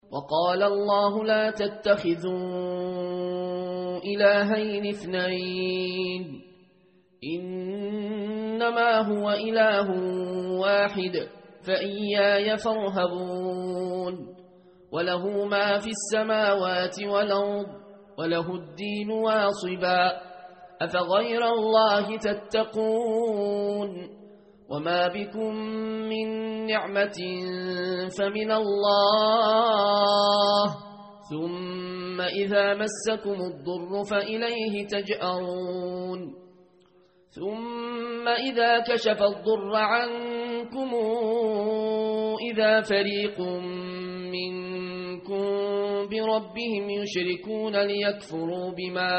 وقال الله لا تتخذوا إلهين اثنين إنما هو إله واحد فإياي فارهبون وله ما في السماوات والأرض وله الدين واصبا أفغير الله تتقون وما بكم من نعمة فمن الله ثم إذا مسكم الضر فإليه تجأرون ثم إذا كشف الضر عنكم إذا فريق منكم بربهم يشركون ليكفروا بما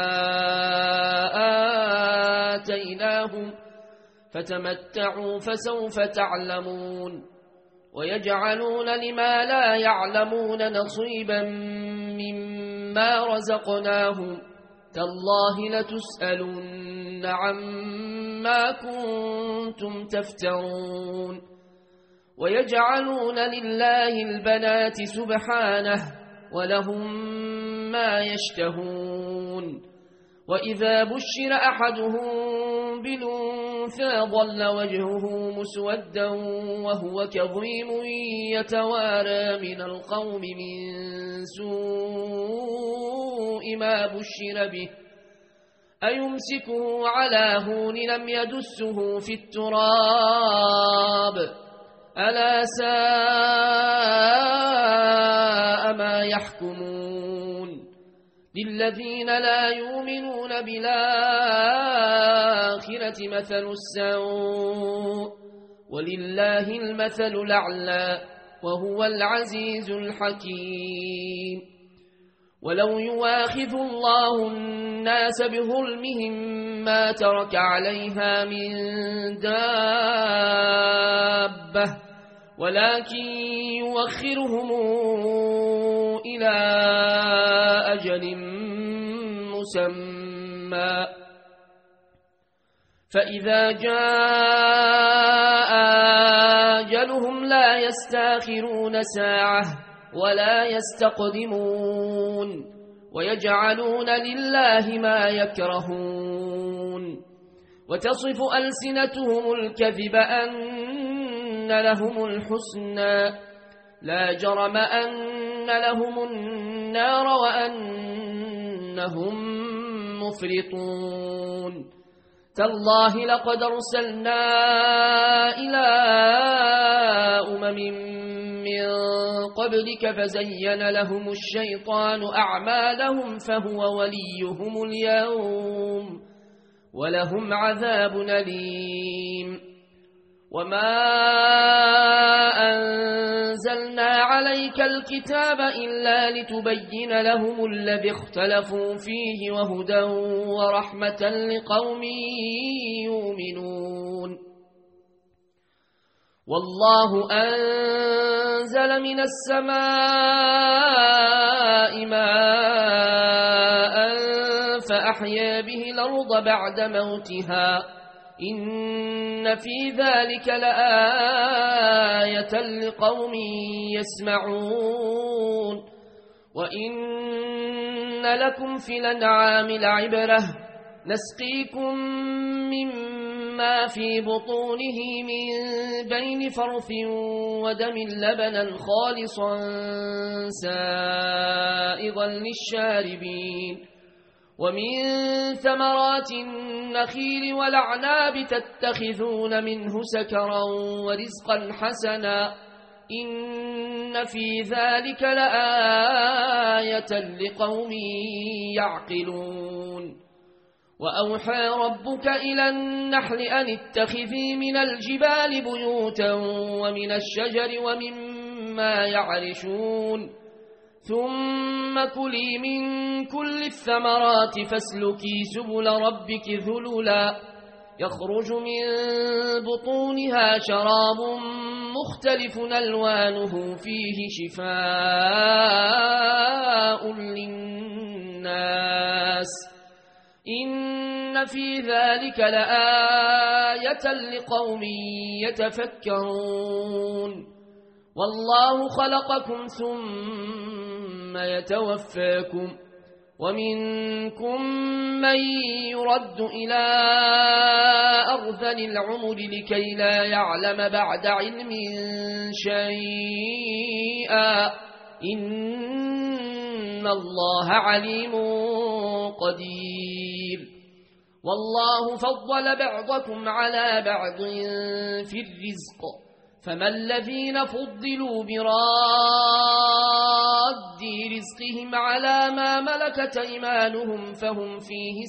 آتيناهم فتمتعوا فسوف تعلمون ويجعلون لما لا يعلمون نصيبا مما رزقناهم تالله لتسألن عما كنتم تفترون ويجعلون لله البنات سبحانه ولهم ما يشتهون وإذا بشر أحدهم بالأنثى ظل وجهه مسودا وهو كظيم يتوارى من القوم من سوء ما بشر به أيمسكه على هون لم يدسه في التراب ألا ساء ما يحكمون للذين لا يؤمنون بالآخرة مثل السوء ولله المثل الأعلى وهو العزيز الحكيم ولو يواخذ الله الناس بظلمهم ما ترك عليها من دابة ولكن يوخرهم إلى أجل مسمى فإذا جاء أجلهم لا يستاخرون ساعة ولا يستقدمون ويجعلون لله ما يكرهون وتصف ألسنتهم الكذب أن لهم الحسنى لا جرم أن لهم النار وأنهم مفرطون تالله لقد أرسلنا إلى من قبلك فزين لهم الشيطان أعمالهم فهو وليهم اليوم ولهم عذاب أليم وما أنزلنا عليك الكتاب إلا لتبين لهم الذي اختلفوا فيه وهدى ورحمة لقوم يؤمنون والله أنزل من السماء ماء فأحيا به الأرض بعد موتها إن في ذلك لآية لقوم يسمعون وإن لكم في الأنعام لعبرة نسقيكم مما في بطونه من بين فرث ودم لبنا خالصا سائغا للشاربين ومن ثمرات النخيل والأعناب تتخذون منه سكرا ورزقا حسنا إن في ذلك لآية لقوم يعقلون وأوحى ربك إلى النحل أن اتخذي من الجبال بيوتا ومن الشجر ومما يعرشون ثم كلي من كل الثمرات فاسلكي سبل ربك ذللا يخرج من بطونها شراب مختلف ألوانه فيه شفاء للناس إن في ذلك لآية لقوم يتفكرون والله خلقكم ثم ثم يتوفاكم ومنكم من يرد إلى أرذل العمر لكي لا يعلم بعد علم شيئا إن الله عليم قدير والله فضل بعضكم على بعض في الرزق فما الذين فضلوا براد رزقهم على ما ملكت أيمانهم فهم فيه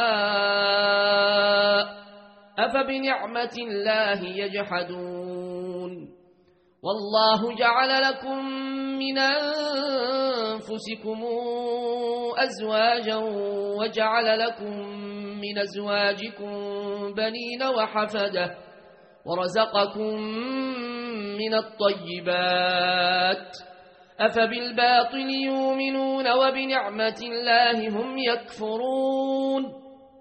سواء أفبنعمة الله يجحدون والله جعل لكم من أنفسكم أزواجا وجعل لكم من أزواجكم بنين وحفدة ورزقكم من الطيبات أفبالباطل يؤمنون وبنعمة الله هم يكفرون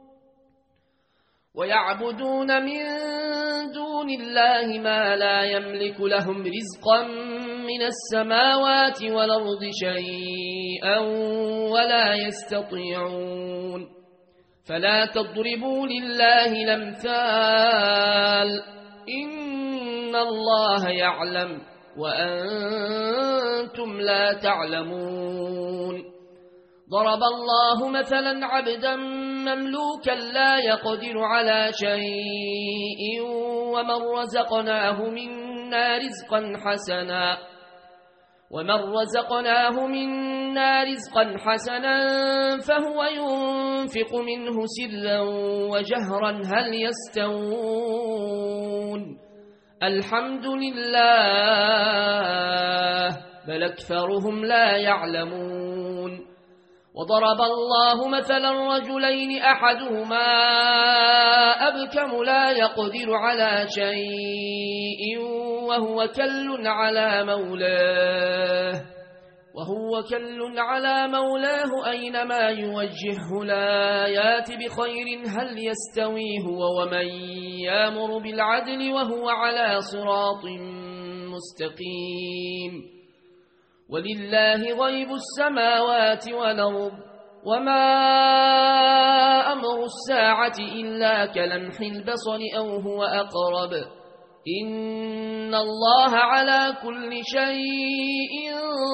ويعبدون من دون الله ما لا يملك لهم رزقا من السماوات والأرض شيئا ولا يستطيعون فلا تضربوا لله الأمثال إن الله يعلم وأنتم لا تعلمون ضرب الله مثلا عبدا مملوكا لا يقدر على شيء ومن رزقناه منا رزقا حسنا فهو ينفق منه سرا وجهرا هل يستوون الحمد لله بل أكثرهم لا يعلمون وضرب الله مثلا رجلين أحدهما أبكم لا يقدر على شيء وهو كل على مولاه أينما يوجهه لا يات بخير هل يستوي هو ومن يأمر بالعدل وهو على صراط مستقيم ولله غيب السماوات والأرض وما أمر الساعة إلا كلمح البصر أو هو أقرب إن الله على كل شيء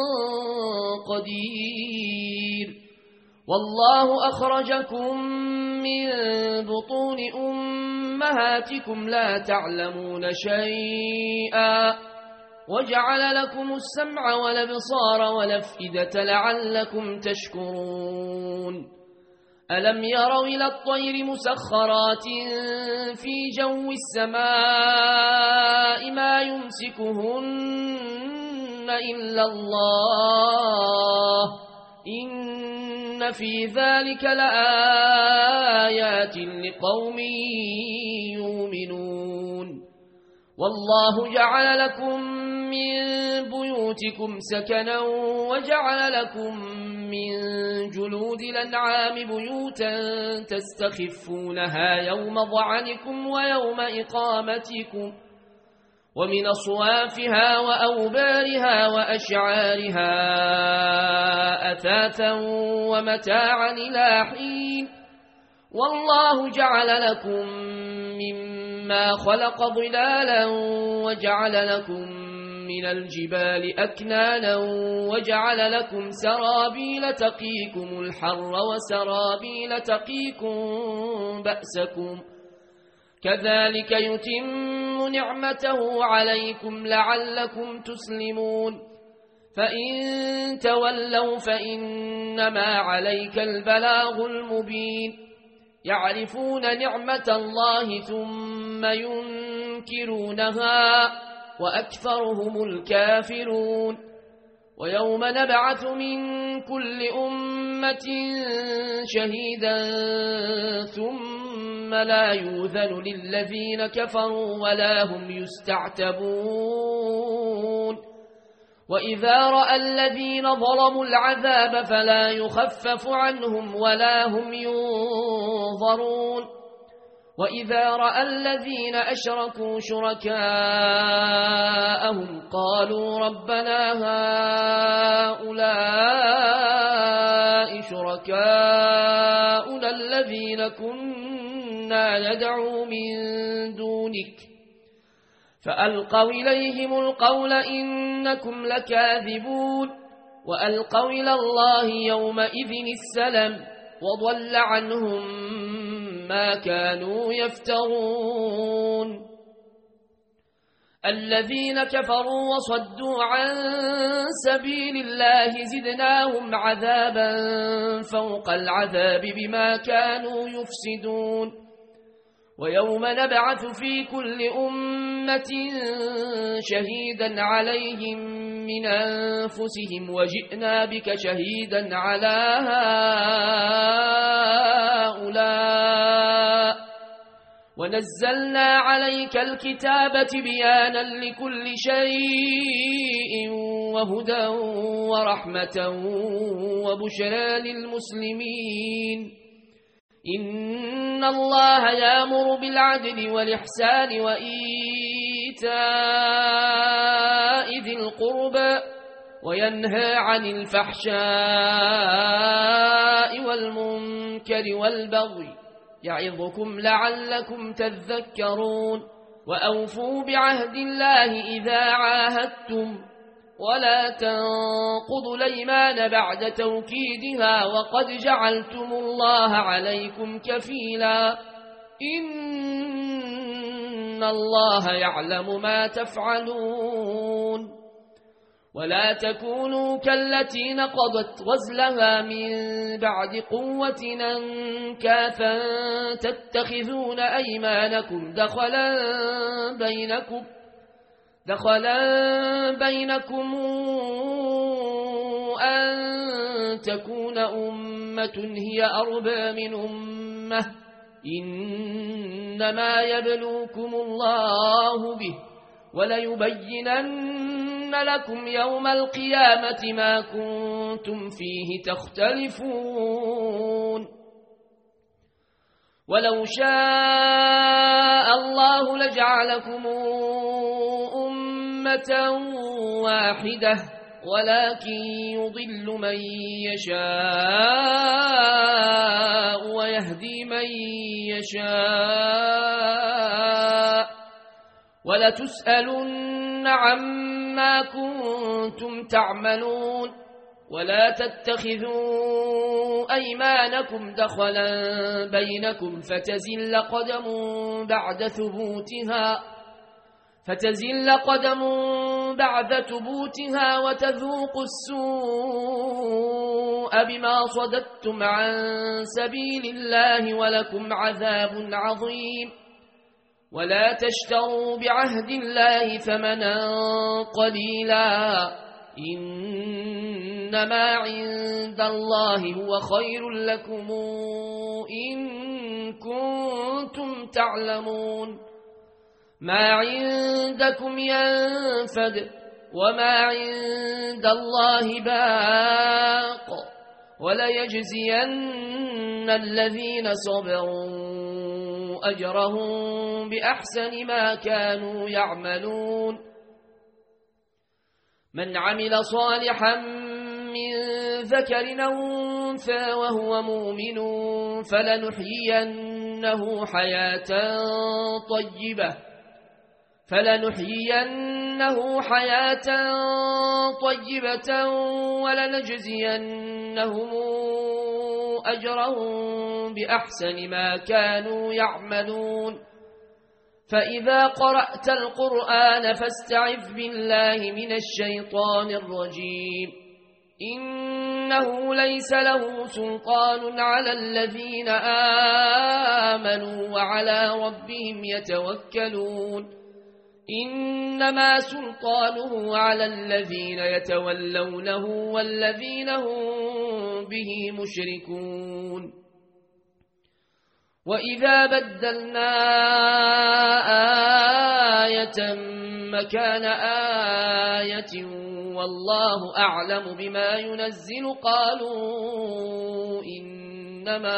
قدير والله أخرجكم من بطون أمهاتكم لا تعلمون شيئا وجعل لكم السمع والأبصار والأفئدة لعلكم تشكرون ألم يروا إلى الطير مسخرات في جو السماء ما يمسكهن إلا الله إن في ذلك لآيات لقوم يؤمنون والله جعل لكم من بيوتكم سكنا وجعل لكم من جلود الأنعام بيوتا تستخفونها يوم ضعنكم ويوم إقامتكم ومن أصوافها وأوبارها وأشعارها أثاثا ومتاعا إلى حين والله جعل لكم مما خلق ظلالا وجعل لكم من الجبال أكنانا وجعل لكم سرابيل تقيكم الحر وسرابيل تقيكم بأسكم كذلك يتم نعمته عليكم لعلكم تسلمون فإن تولوا فإنما عليك البلاغ المبين يعرفون نعمة الله ثم ينكرونها وأكثرهم الكافرون ويوم نبعث من كل أمة شهيدا ثم لا يؤذن للذين كفروا ولا هم يستعتبون وإذا رأى الذين ظلموا العذاب فلا يخفف عنهم ولا هم ينظرون وإذا رأى الذين أشركوا شركاءهم قالوا ربنا هؤلاء شركاؤنا الذين كنا ندعو من دونك فألقوا إليهم القول إنكم لكاذبون وألقوا إلى الله يومئذ السلم وضل عنهم ما كانوا يفترون الذين كفروا وصدوا عن سبيل الله زدناهم عذابا فوق العذاب بما كانوا يفسدون ويوم نبعث في كل أمة شهيدا عليهم من أنفسهم وجئنا بك شهيدا على هؤلاء ونزلنا عليك الكتاب بيانا لكل شيء وهدى ورحمة وبشرى للمسلمين إن الله يأمر بالعدل والإحسان وإيتاء ذي القربى وينهى عن الفحشاء والمنكر والبغي يعظكم لعلكم تذكرون وأوفوا بعهد الله إذا عاهدتم ولا تنقضوا الأيمان بعد توكيدها وقد جعلتم الله عليكم كفيلا إن الله يعلم ما تفعلون ولا تكونوا كالتي نقضت غزلها من بعد قوة أنكاثا تتخذون أيمانكم دخلا بينكم أن تكون أمة هي أربى من أمة إنما يبلوكم الله به وليبينن لكم يوم القيامة ما كنتم فيه تختلفون ولو شاء الله لجعلكم أمة واحدة ولكن يضل من يشاء ويهدي من يشاء ولتسألن عما كنتم تعملون ولا تتخذوا أيمانكم دخلا بينكم فتزل قدم بعد ثبوتها وتذوقوا السوء بما صددتم عن سبيل الله ولكم عذاب عظيم ولا تشتروا بعهد الله ثمنا قليلا إنما عند الله هو خير لكم إن كنتم تعلمون ما عندكم ينفد وما عند الله باق وليجزين الذين صبروا أجرهم بأحسن ما كانوا يعملون من عمل صالحا من ذكر أو أنثى وهو مؤمن فلنحيينه حياة طيبة ولنجزينهم أجرهم بأحسن ما كانوا يعملون فإذا قرأت القرآن فاستعذ بالله من الشيطان الرجيم إنه ليس له سلطان على الذين آمنوا وعلى ربهم يتوكلون إنما سلطانه على الذين يتولونه والذين هم به مشركون وإذا بدلنا آية مكان آية والله أعلم بما ينزل قالوا إنما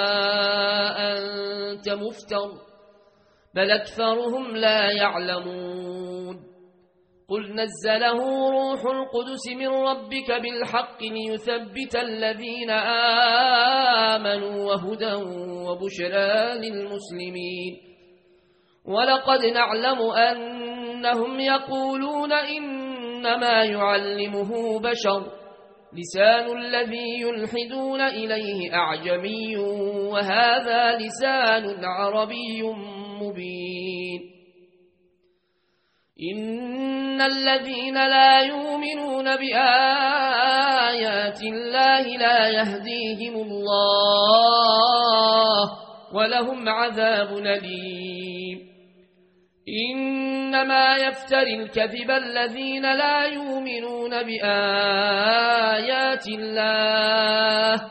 أنت مفتر بل أكثرهم لا يعلمون قل نزله روح القدس من ربك بالحق ليثبت الذين آمنوا وهدى وبشرى للمسلمين ولقد نعلم أنهم يقولون إنما يعلمه بشر لسان الذي يلحدون إليه أعجمي وهذا لسان عربي مبين إن الذين لا يؤمنون بآيات الله لا يهديهم الله ولهم عذاب أليم إنما يفتري الكذب الذين لا يؤمنون بآيات الله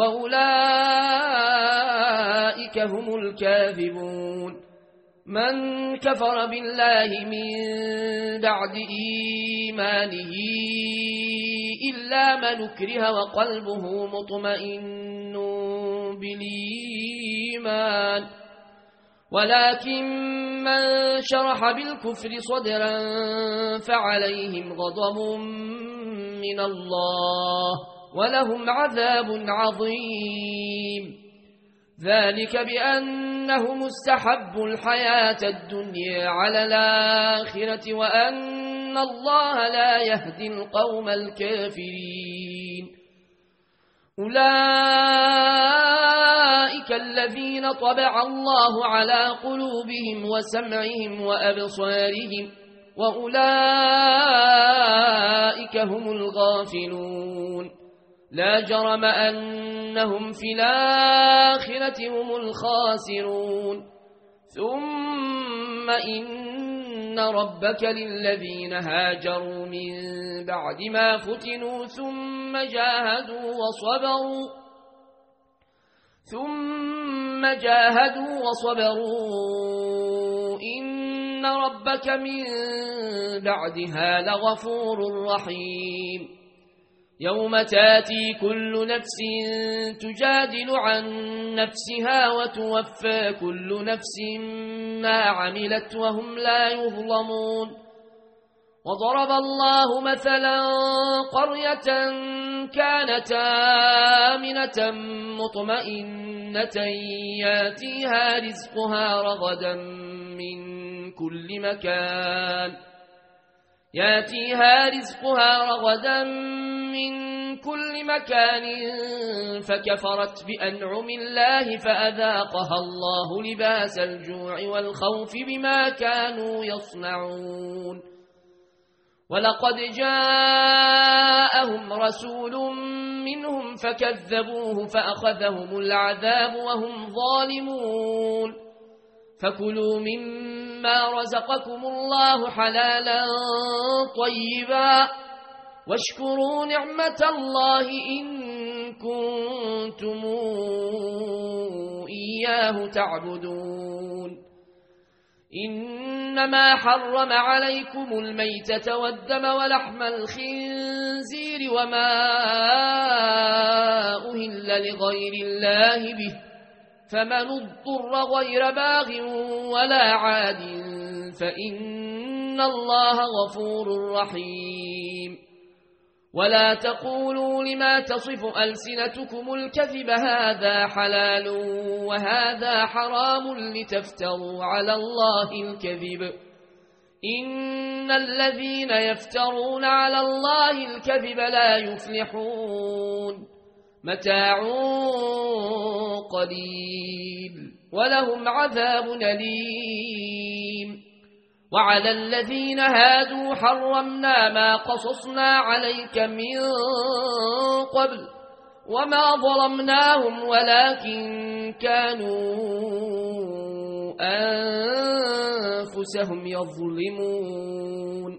وأولئك هم الكاذبون من كفر بالله من بعد إيمانه إلا من أكره وقلبه مطمئن بالإيمان ولكن من شرح بالكفر صدرا فعليهم غضب من الله ولهم عذاب عظيم ذلك بأنهم استحبوا الحياة الدنيا على الآخرة وأن الله لا يهدي القوم الكافرين أولئك الذين طبع الله على قلوبهم وسمعهم وأبصارهم وأولئك هم الغافلون لا جرم أنهم في الآخرة هم الخاسرون ثم إن ربك للذين هاجروا من بعد ما فتنوا ثم جاهدوا وصبروا إن ربك من بعدها لغفور رحيم يوم تاتي كل نفس تجادل عن نفسها وتوفى كل نفس ما عملت وهم لا يظلمون وضرب الله مثلا قرية كانت آمنة مطمئنة ياتيها رزقها رغدا من كل مكان فكفرت بأنعم الله فأذاقها الله لباس الجوع والخوف بما كانوا يصنعون ولقد جاءهم رسول منهم فكذبوه فأخذهم العذاب وهم ظالمون فكلوا مما رزقكم الله حلالا طيبا واشكروا نعمة الله إن كنتم إياه تعبدون إنما حرم عليكم الميتة والدم ولحم الخنزير وما أهل لغير الله به فمن اضطر غير باغ ولا عاد فإن الله غفور رحيم ولا تقولوا لما تصف ألسنتكم الكذب هذا حلال وهذا حرام لتفتروا على الله الكذب إن الذين يفترون على الله الكذب لا يفلحون متاع قليل ولهم عذاب أليم وعلى الذين هادوا حرمنا ما قصصنا عليك من قبل وما ظلمناهم ولكن كانوا أنفسهم يظلمون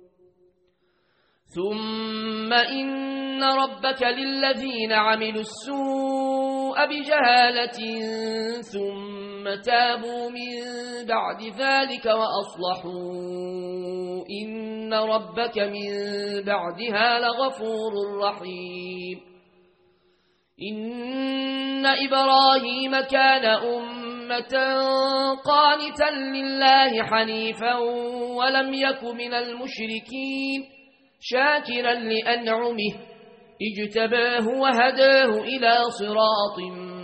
ثم إن ربك للذين عملوا السوء بجهالة ثم تابوا من بعد ذلك وأصلحوا إن ربك من بعدها لغفور رحيم إن إبراهيم كان أمة أمة قانتا لله حنيفا ولم يك من المشركين شاكرا لأنعمه اجتباه وهداه إلى صراط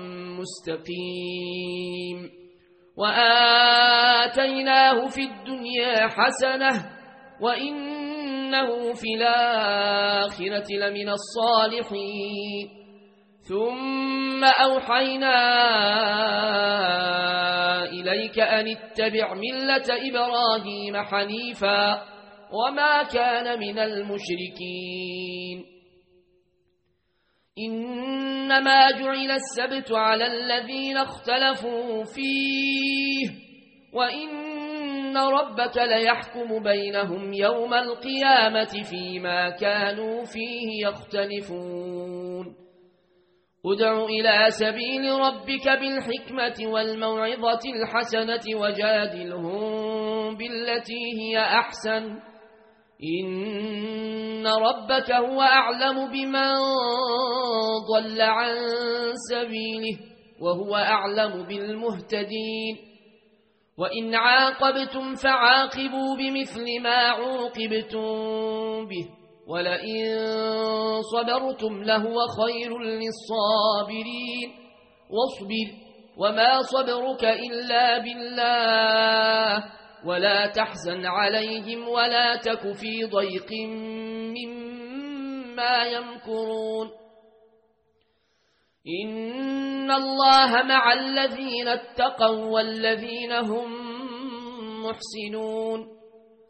مستقيم وآتيناه في الدنيا حسنة وإنه في الآخرة لمن الصالحين ثم أوحينا إليك أن اتبع ملة إبراهيم حنيفا وما كان من المشركين إنما جعل السبت على الذين اختلفوا فيه وإن ربك ليحكم بينهم يوم القيامة فيما كانوا فيه يختلفون ادع إلى سبيل ربك بالحكمة والموعظة الحسنة وجادلهم بالتي هي أحسن إن ربك هو أعلم بمن ضل عن سبيله وهو أعلم بالمهتدين وإن عاقبتم فعاقبوا بمثل ما عوقبتم به ولئن صبرتم لهو خير للصابرين واصبر وما صبرك إلا بالله ولا تحزن عليهم ولا تك في ضيق مما يمكرون إن الله مع الذين اتقوا والذين هم محسنون